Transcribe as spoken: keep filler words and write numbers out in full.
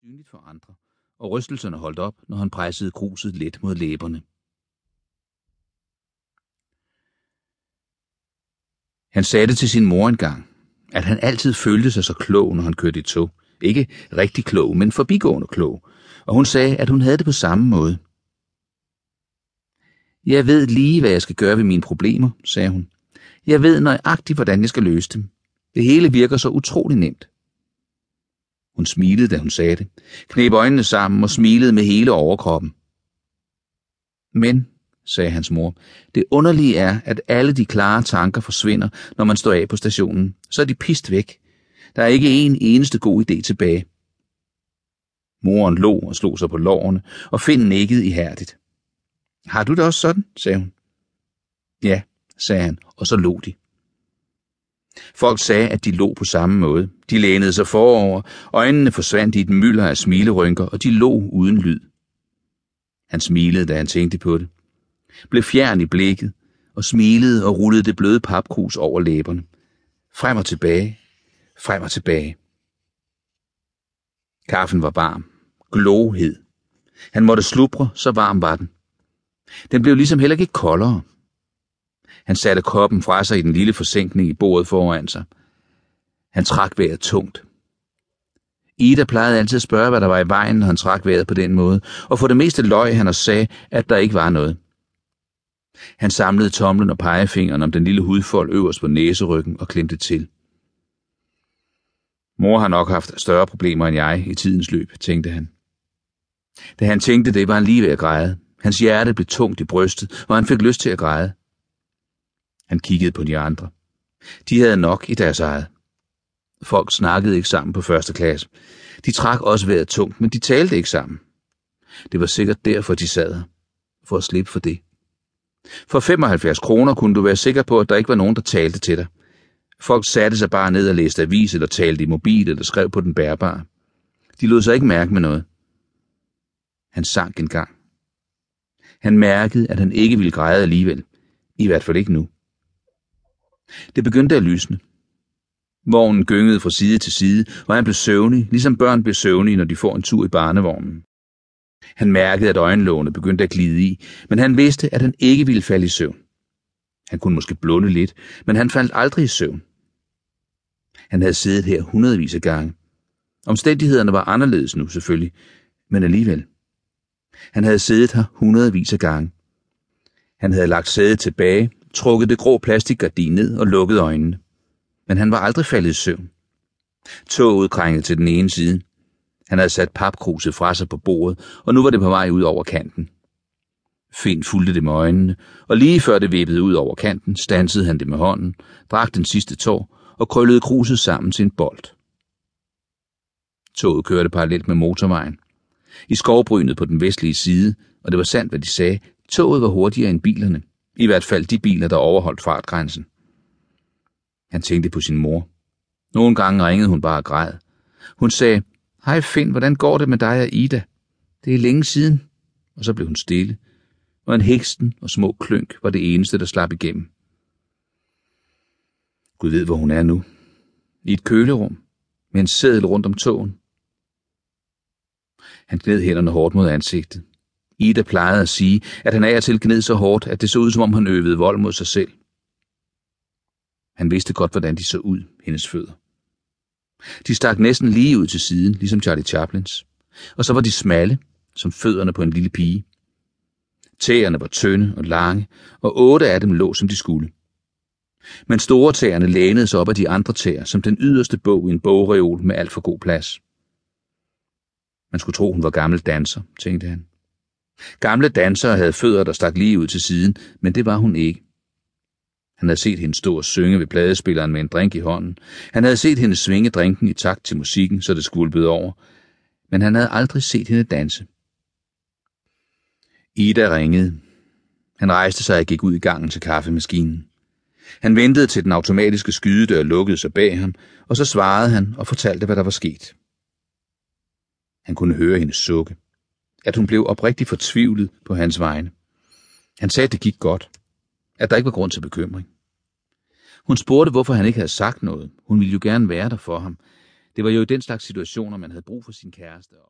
synligt for andre, og rystelserne holdt op, når han pressede kruset let mod læberne. Han sagde det til sin mor engang, at han altid følte sig så klog, når han kørte i tog. Ikke rigtig klog, men forbigående klog, og hun sagde, at hun havde det på samme måde. Jeg ved lige, hvad jeg skal gøre ved mine problemer, sagde hun. Jeg ved nøjagtigt, hvordan jeg skal løse dem. Det hele virker så utrolig nemt. Hun smilede, da hun sagde det, kneb øjnene sammen og smilede med hele overkroppen. Men, sagde hans mor, det underlige er, at alle de klare tanker forsvinder, når man står af på stationen. Så er de pist væk. Der er ikke en eneste god idé tilbage. Moren lå og slog sig på lårene, og Finn nikkede ihærdigt. Har du det også sådan, sagde hun. Ja, sagde han, og så lå de. Folk sagde, at de lå på samme måde. De lænede sig forover, øjnene forsvandt i et mylder af smilerynker, og de lå uden lyd. Han smilede, da han tænkte på det. Blev fjern i blikket, og smilede og rullede det bløde papkrus over læberne. Frem og tilbage, frem og tilbage. Kaffen var varm, glohed. Han måtte slubre, så varm var den. Den blev ligesom heller ikke koldere. Han satte koppen fra sig i den lille forsænkning i bordet foran sig. Han trak vejret tungt. Ida plejede altid at spørge, hvad der var i vejen, når han trak vejret på den måde, og for det meste løj han og sagde, at der ikke var noget. Han samlede tomlen og pegefingeren om den lille hudfold øverst på næseryggen og klemte til. Mor har nok haft større problemer end jeg i tidens løb, tænkte han. Da han tænkte det, var han lige ved at græde. Hans hjerte blev tungt i brystet, og han fik lyst til at græde. Han kiggede på de andre. De havde nok i deres eget. Folk snakkede ikke sammen på første klasse. De trak også vejret tungt, men de talte ikke sammen. Det var sikkert derfor, de sad her. For at slippe for det. For femoghalvfjerds kroner kunne du være sikker på, at der ikke var nogen, der talte til dig. Folk satte sig bare ned og læste avis, eller talte i mobil, eller skrev på den bærbare. De lod sig ikke mærke med noget. Han sank en gang. Han mærkede, at han ikke ville græde alligevel. I hvert fald ikke nu. Det begyndte at lysne. Vognen gyngede fra side til side, og han blev søvnig, ligesom børn bliver søvnige, når de får en tur i barnevognen. Han mærkede, at øjenlågene begyndte at glide i, men han vidste, at han ikke ville falde i søvn. Han kunne måske blunde lidt, men han faldt aldrig i søvn. Han havde siddet her hundredvis af gange. Omstændighederne var anderledes nu selvfølgelig, men alligevel. Han havde siddet her hundredvis af gange. Han havde lagt sædet tilbage, trukket det grå plastikgardin ned og lukket øjnene. Men han var aldrig faldet i søvn. Toget krængede til den ene side. Han havde sat papkruset fra sig på bordet, og nu var det på vej ud over kanten. Finn fulgte det med øjnene, og lige før det vippede ud over kanten, stansede han det med hånden, drak den sidste tår og krøllede kruset sammen til en bold. Toget kørte parallelt med motorvejen. I skovbrynet på den vestlige side, og det var sandt, hvad de sagde, toget var hurtigere end bilerne. I hvert fald de biler, der overholdt fartgrænsen. Han tænkte på sin mor. Nogle gange ringede hun bare og græd. Hun sagde, hej Finn, hvordan går det med dig og Ida? Det er længe siden. Og så blev hun stille, og en heksten og små klynk var det eneste, der slap igennem. Gud ved, hvor hun er nu. I et kølerum, med en seddel rundt om tåen. Han gned hænderne hårdt mod ansigtet. Ida plejede at sige, at han af og til gned så hårdt, at det så ud, som om han øvede vold mod sig selv. Han vidste godt, hvordan de så ud, hendes fødder. De stak næsten lige ud til siden, ligesom Charlie Chaplins. Og så var de smalle, som fødderne på en lille pige. Tæerne var tynde og lange, og otte af dem lå, som de skulle. Men store tæerne lænede sig op af de andre tæer, som den yderste bog i en bogreol med alt for god plads. Man skulle tro, hun var gammel danser, tænkte han. Gamle dansere havde fødder, der stak lige ud til siden, men det var hun ikke. Han havde set hende stå og synge ved pladespilleren med en drink i hånden. Han havde set hende svinge drinken i takt til musikken, så det skvulpede over. Men han havde aldrig set hende danse. Ida ringede. Han rejste sig og gik ud i gangen til kaffemaskinen. Han ventede til den automatiske skydedør lukkede sig bag ham, og så svarede han og fortalte, hvad der var sket. Han kunne høre hende sukke, at hun blev oprigtigt fortvivlet på hans vegne. Han sagde, at det gik godt, at der ikke var grund til bekymring. Hun spurgte, hvorfor han ikke havde sagt noget. Hun ville jo gerne være der for ham. Det var jo i den slags situationer, man havde brug for sin kæreste.